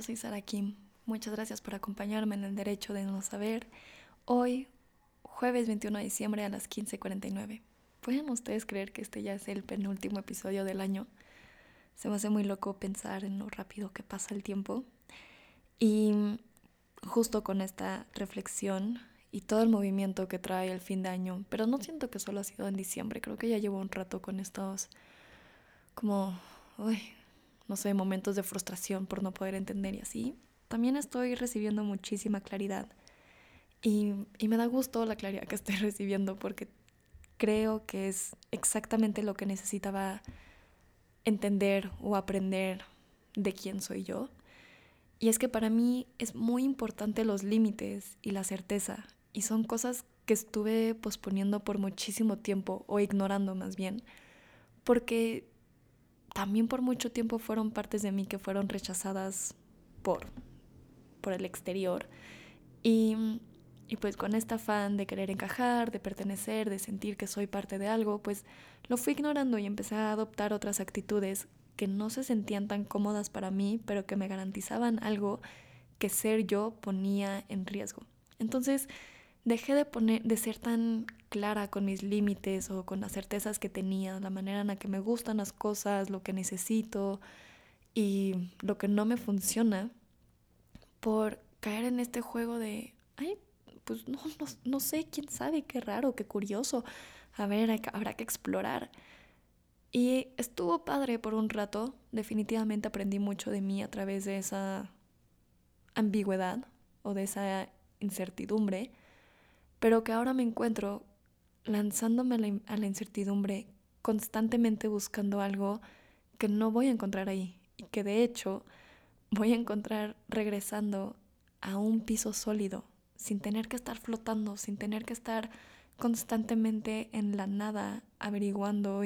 soy Sara Kim. Muchas gracias por acompañarme en el derecho de no saber. Hoy, jueves 21 de diciembre a las 15:49. ¿Pueden ustedes creer que este ya es el penúltimo episodio del año? Se me hace muy loco pensar en lo rápido que pasa el tiempo. Y justo con esta reflexión y todo el movimiento que trae el fin de año, pero no siento que solo ha sido en diciembre, creo que ya llevo un rato con estos como, uy, no sé, momentos de frustración por no poder entender y así. También estoy recibiendo muchísima claridad y me da gusto la claridad que estoy recibiendo porque creo que es exactamente lo que necesitaba entender o aprender de quién soy yo. Y es que para mí es muy importante los límites y la certeza, y son cosas que estuve posponiendo por muchísimo tiempo, o ignorando más bien, porque también por mucho tiempo fueron partes de mí que fueron rechazadas por, por el exterior. Y, y pues con este afán de querer encajar, de pertenecer, de sentir que soy parte de algo, pues lo fui ignorando y empecé a adoptar otras actitudes que no se sentían tan cómodas para mí, pero que me garantizaban algo que ser yo ponía en riesgo. Entonces dejé de ser tan clara con mis límites o con las certezas que tenía, la manera en la que me gustan las cosas, lo que necesito y lo que no me funciona, por caer en este juego de, ay, pues no sé, quién sabe, qué raro, qué curioso, a ver, habrá que explorar. Y estuvo padre por un rato, definitivamente aprendí mucho de mí a través de esa ambigüedad o de esa incertidumbre, pero que ahora me encuentro lanzándome a la incertidumbre, constantemente buscando algo que no voy a encontrar ahí y que de hecho voy a encontrar regresando a un piso sólido, sin tener que estar flotando, sin tener que estar constantemente en la nada averiguando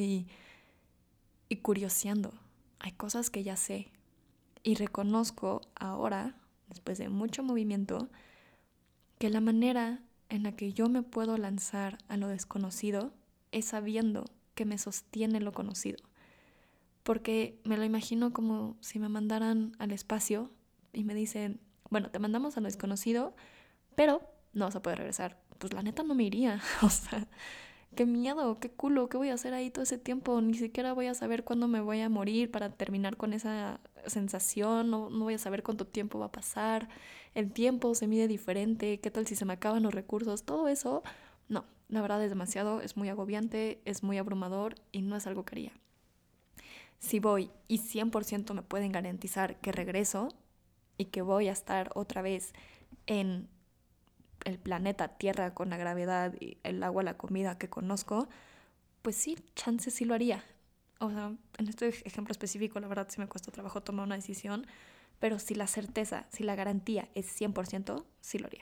y curioseando. Hay cosas que ya sé y reconozco ahora, después de mucho movimiento, que la manera en la que yo me puedo lanzar a lo desconocido es sabiendo que me sostiene lo conocido. Porque me lo imagino como si me mandaran al espacio y me dicen, bueno, te mandamos a lo desconocido, pero no vas a poder regresar. Pues la neta no me iría. O sea, qué miedo, qué culo, ¿qué voy a hacer ahí todo ese tiempo? Ni siquiera voy a saber cuándo me voy a morir para terminar con esa sensación, no voy a saber cuánto tiempo va a pasar, el tiempo se mide diferente, qué tal si se me acaban los recursos, todo eso, no, la verdad es demasiado, es muy agobiante, es muy abrumador y no es algo que haría. Si voy y 100% me pueden garantizar que regreso y que voy a estar otra vez en el planeta Tierra con la gravedad y el agua, la comida que conozco, pues sí, chance sí lo haría. O sea, en este ejemplo específico, la verdad sí me cuesta trabajo tomar una decisión, pero si la certeza, si la garantía es 100%, sí lo haría.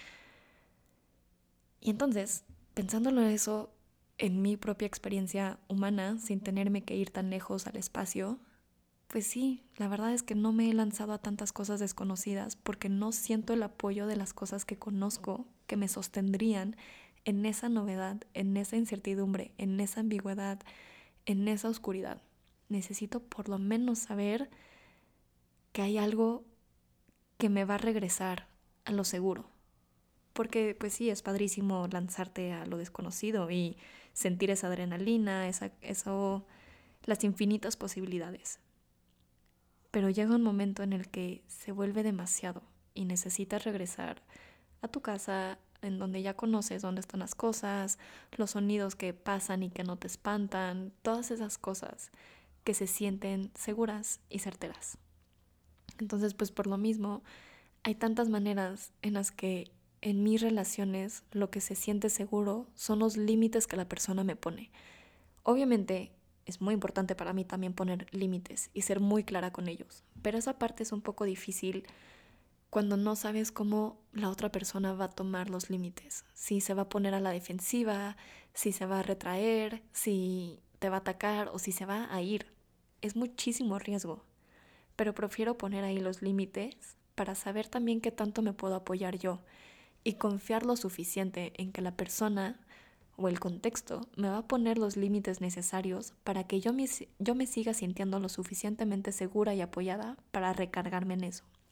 Y entonces, pensándolo en eso, en mi propia experiencia humana, sin tenerme que ir tan lejos al espacio, pues sí, la verdad es que no me he lanzado a tantas cosas desconocidas porque no siento el apoyo de las cosas que conozco que me sostendrían en esa novedad, en esa incertidumbre, en esa ambigüedad, en esa oscuridad. Necesito por lo menos saber que hay algo que me va a regresar a lo seguro. Porque pues sí, es padrísimo lanzarte a lo desconocido y sentir esa adrenalina, las infinitas posibilidades. Pero llega un momento en el que se vuelve demasiado y necesitas regresar a tu casa, en donde ya conoces dónde están las cosas, los sonidos que pasan y que no te espantan, todas esas cosas que se sienten seguras y certeras. Entonces, pues por lo mismo, hay tantas maneras en las que en mis relaciones lo que se siente seguro son los límites que la persona me pone. Obviamente es muy importante para mí también poner límites y ser muy clara con ellos, pero esa parte es un poco difícil cuando no sabes cómo la otra persona va a tomar los límites, si se va a poner a la defensiva, si se va a retraer, si te va a atacar o si se va a ir. Es muchísimo riesgo, pero prefiero poner ahí los límites para saber también qué tanto me puedo apoyar yo y confiar lo suficiente en que la persona o el contexto me va a poner los límites necesarios para que yo me siga sintiendo lo suficientemente segura y apoyada para recargarme en eso.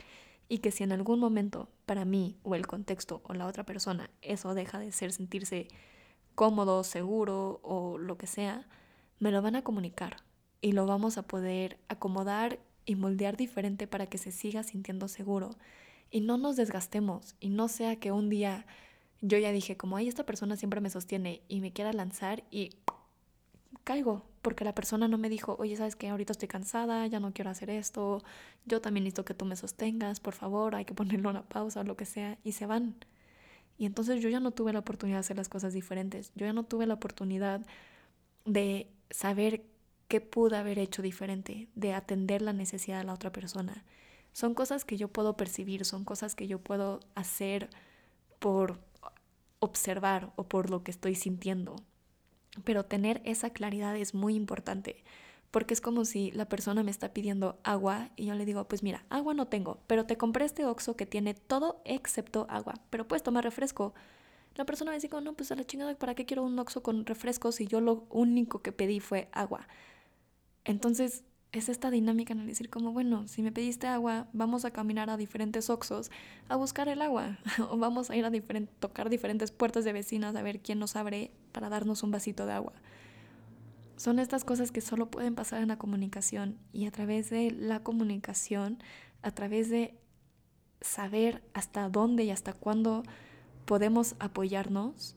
y que si en algún momento para mí o el contexto o la otra persona eso deja de ser sentirse cómodo, seguro o lo que sea, me lo van a comunicar y lo vamos a poder acomodar y moldear diferente para que se siga sintiendo seguro y no nos desgastemos y no sea que un día yo ya dije como, ay, esta persona siempre me sostiene y me quiera lanzar y caigo porque la persona no me dijo, oye, ¿sabes qué? Ahorita estoy cansada, ya no quiero hacer esto, yo también necesito que tú me sostengas, por favor, hay que ponerle una pausa o lo que sea, y se van. Y entonces yo ya no tuve la oportunidad de hacer las cosas diferentes, yo ya no tuve la oportunidad de saber qué pude haber hecho diferente, de atender la necesidad de la otra persona. Son cosas que yo puedo percibir, son cosas que yo puedo hacer por observar o por lo que estoy sintiendo. Pero tener esa claridad es muy importante, porque es como si la persona me está pidiendo agua y yo le digo, pues mira, agua no tengo, pero te compré este Oxxo que tiene todo excepto agua, pero puedes tomar refresco. La persona me dice, no, pues a la chingada, ¿para qué quiero un Oxxo con refrescos si yo lo único que pedí fue agua? Entonces es esta dinámica en el decir como, bueno, si me pediste agua, vamos a caminar a diferentes Oxxos a buscar el agua o vamos a ir a tocar diferentes puertas de vecinas a ver quién nos abre para darnos un vasito de agua. Son estas cosas que solo pueden pasar en la comunicación y a través de la comunicación, a través de saber hasta dónde y hasta cuándo podemos apoyarnos,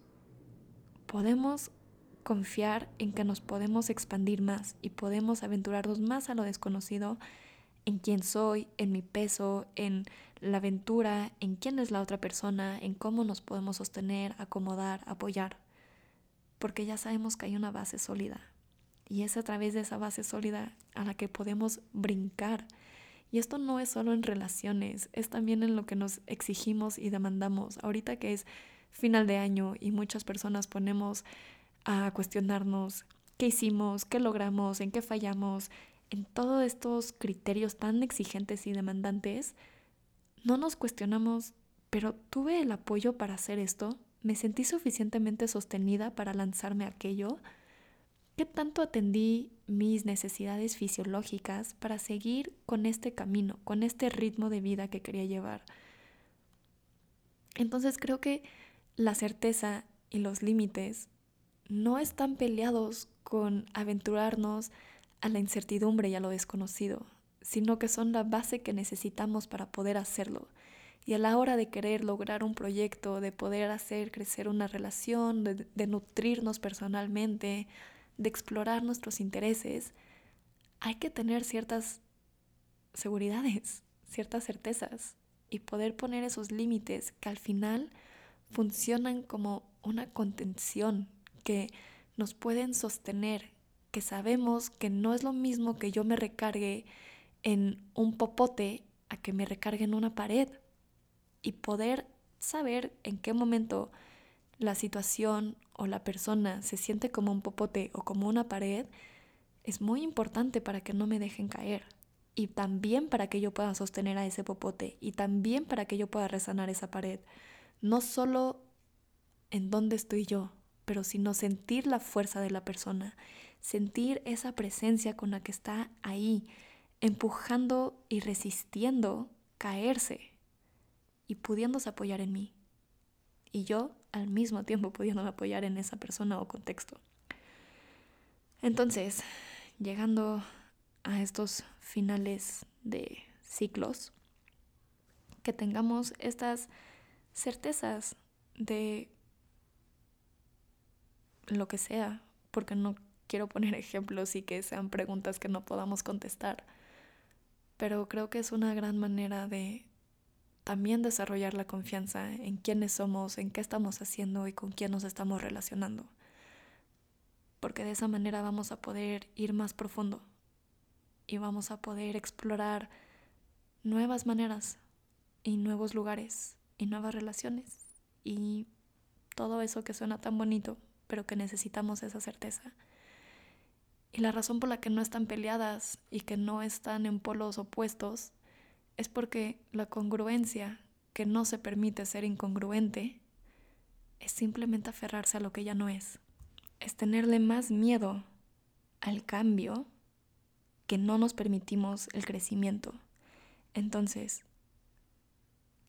podemos confiar en que nos podemos expandir más y podemos aventurarnos más a lo desconocido, en quién soy, en mi peso, en la aventura, en quién es la otra persona, en cómo nos podemos sostener, acomodar, apoyar, porque ya sabemos que hay una base sólida y es a través de esa base sólida a la que podemos brincar. Y esto no es solo en relaciones, es también en lo que nos exigimos y demandamos. Ahorita que es final de año y muchas personas ponemos a cuestionarnos qué hicimos, qué logramos, en qué fallamos, en todos estos criterios tan exigentes y demandantes, no nos cuestionamos, pero tuve el apoyo para hacer esto, me sentí suficientemente sostenida para lanzarme a aquello, qué tanto atendí mis necesidades fisiológicas para seguir con este camino, con este ritmo de vida que quería llevar. Entonces creo que la certeza y los límites no están peleados con aventurarnos a la incertidumbre y a lo desconocido, sino que son la base que necesitamos para poder hacerlo. Y a la hora de querer lograr un proyecto, de poder hacer crecer una relación, de nutrirnos personalmente, de explorar nuestros intereses, hay que tener ciertas seguridades, ciertas certezas y poder poner esos límites que al final funcionan como una contención que nos pueden sostener, que sabemos que no es lo mismo que yo me recargue en un popote a que me recargue en una pared y poder saber en qué momento la situación o la persona se siente como un popote o como una pared es muy importante para que no me dejen caer y también para que yo pueda sostener a ese popote y también para que yo pueda resanar esa pared. No solo en dónde estoy yo, pero sino sentir la fuerza de la persona, sentir esa presencia con la que está ahí, empujando y resistiendo caerse y pudiéndose apoyar en mí. Y yo al mismo tiempo pudiéndome apoyar en esa persona o contexto. Entonces, llegando a estos finales de ciclos, que tengamos estas certezas de lo que sea, porque no quiero poner ejemplos y que sean preguntas que no podamos contestar, pero creo que es una gran manera de también desarrollar la confianza en quiénes somos, en qué estamos haciendo y con quién nos estamos relacionando, porque de esa manera vamos a poder ir más profundo y vamos a poder explorar nuevas maneras y nuevos lugares y nuevas relaciones y todo eso que suena tan bonito, pero que necesitamos esa certeza. Y la razón por la que no están peleadas y que no están en polos opuestos es porque la congruencia, que no se permite ser incongruente, es simplemente aferrarse a lo que ya no es. Es tenerle más miedo al cambio que no nos permitimos el crecimiento. Entonces,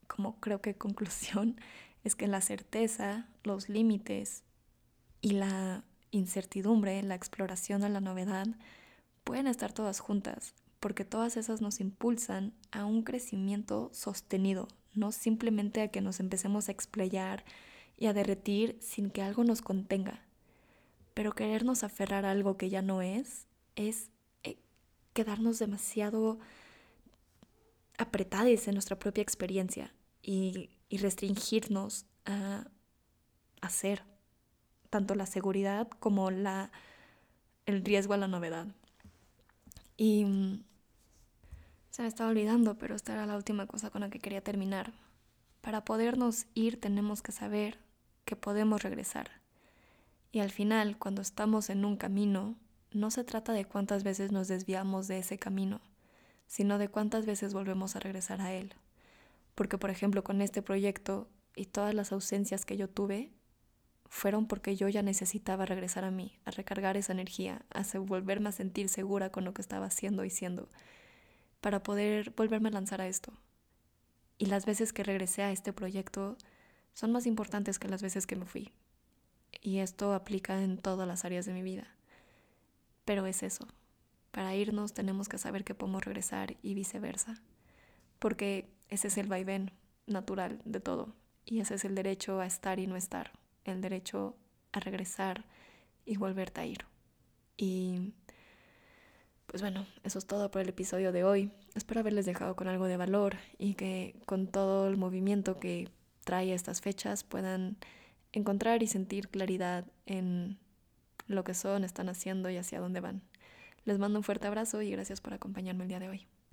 como creo que conclusión, es que la certeza, los límites y la incertidumbre, la exploración a la novedad, pueden estar todas juntas, porque todas esas nos impulsan a un crecimiento sostenido, no simplemente a que nos empecemos a explayar y a derretir sin que algo nos contenga. Pero querernos aferrar a algo que ya no es quedarnos demasiado apretados en nuestra propia experiencia y restringirnos a hacer tanto la seguridad como el riesgo a la novedad. Y se me estaba olvidando, pero esta era la última cosa con la que quería terminar. Para podernos ir tenemos que saber que podemos regresar. Y al final, cuando estamos en un camino, no se trata de cuántas veces nos desviamos de ese camino, sino de cuántas veces volvemos a regresar a él. Porque, por ejemplo, con este proyecto y todas las ausencias que yo tuve, fueron porque yo ya necesitaba regresar a mí, a recargar esa energía, a volverme a sentir segura con lo que estaba haciendo y siendo, para poder volverme a lanzar a esto. Y las veces que regresé a este proyecto son más importantes que las veces que me fui. Y esto aplica en todas las áreas de mi vida. Pero es eso. Para irnos tenemos que saber que podemos regresar y viceversa. Porque ese es el vaivén natural de todo. Y ese es el derecho a estar y no estar. El derecho a regresar y volverte a ir. Y pues bueno, eso es todo por el episodio de hoy. Espero haberles dejado con algo de valor y que con todo el movimiento que trae estas fechas puedan encontrar y sentir claridad en lo que son, están haciendo y hacia dónde van. Les mando un fuerte abrazo y gracias por acompañarme el día de hoy.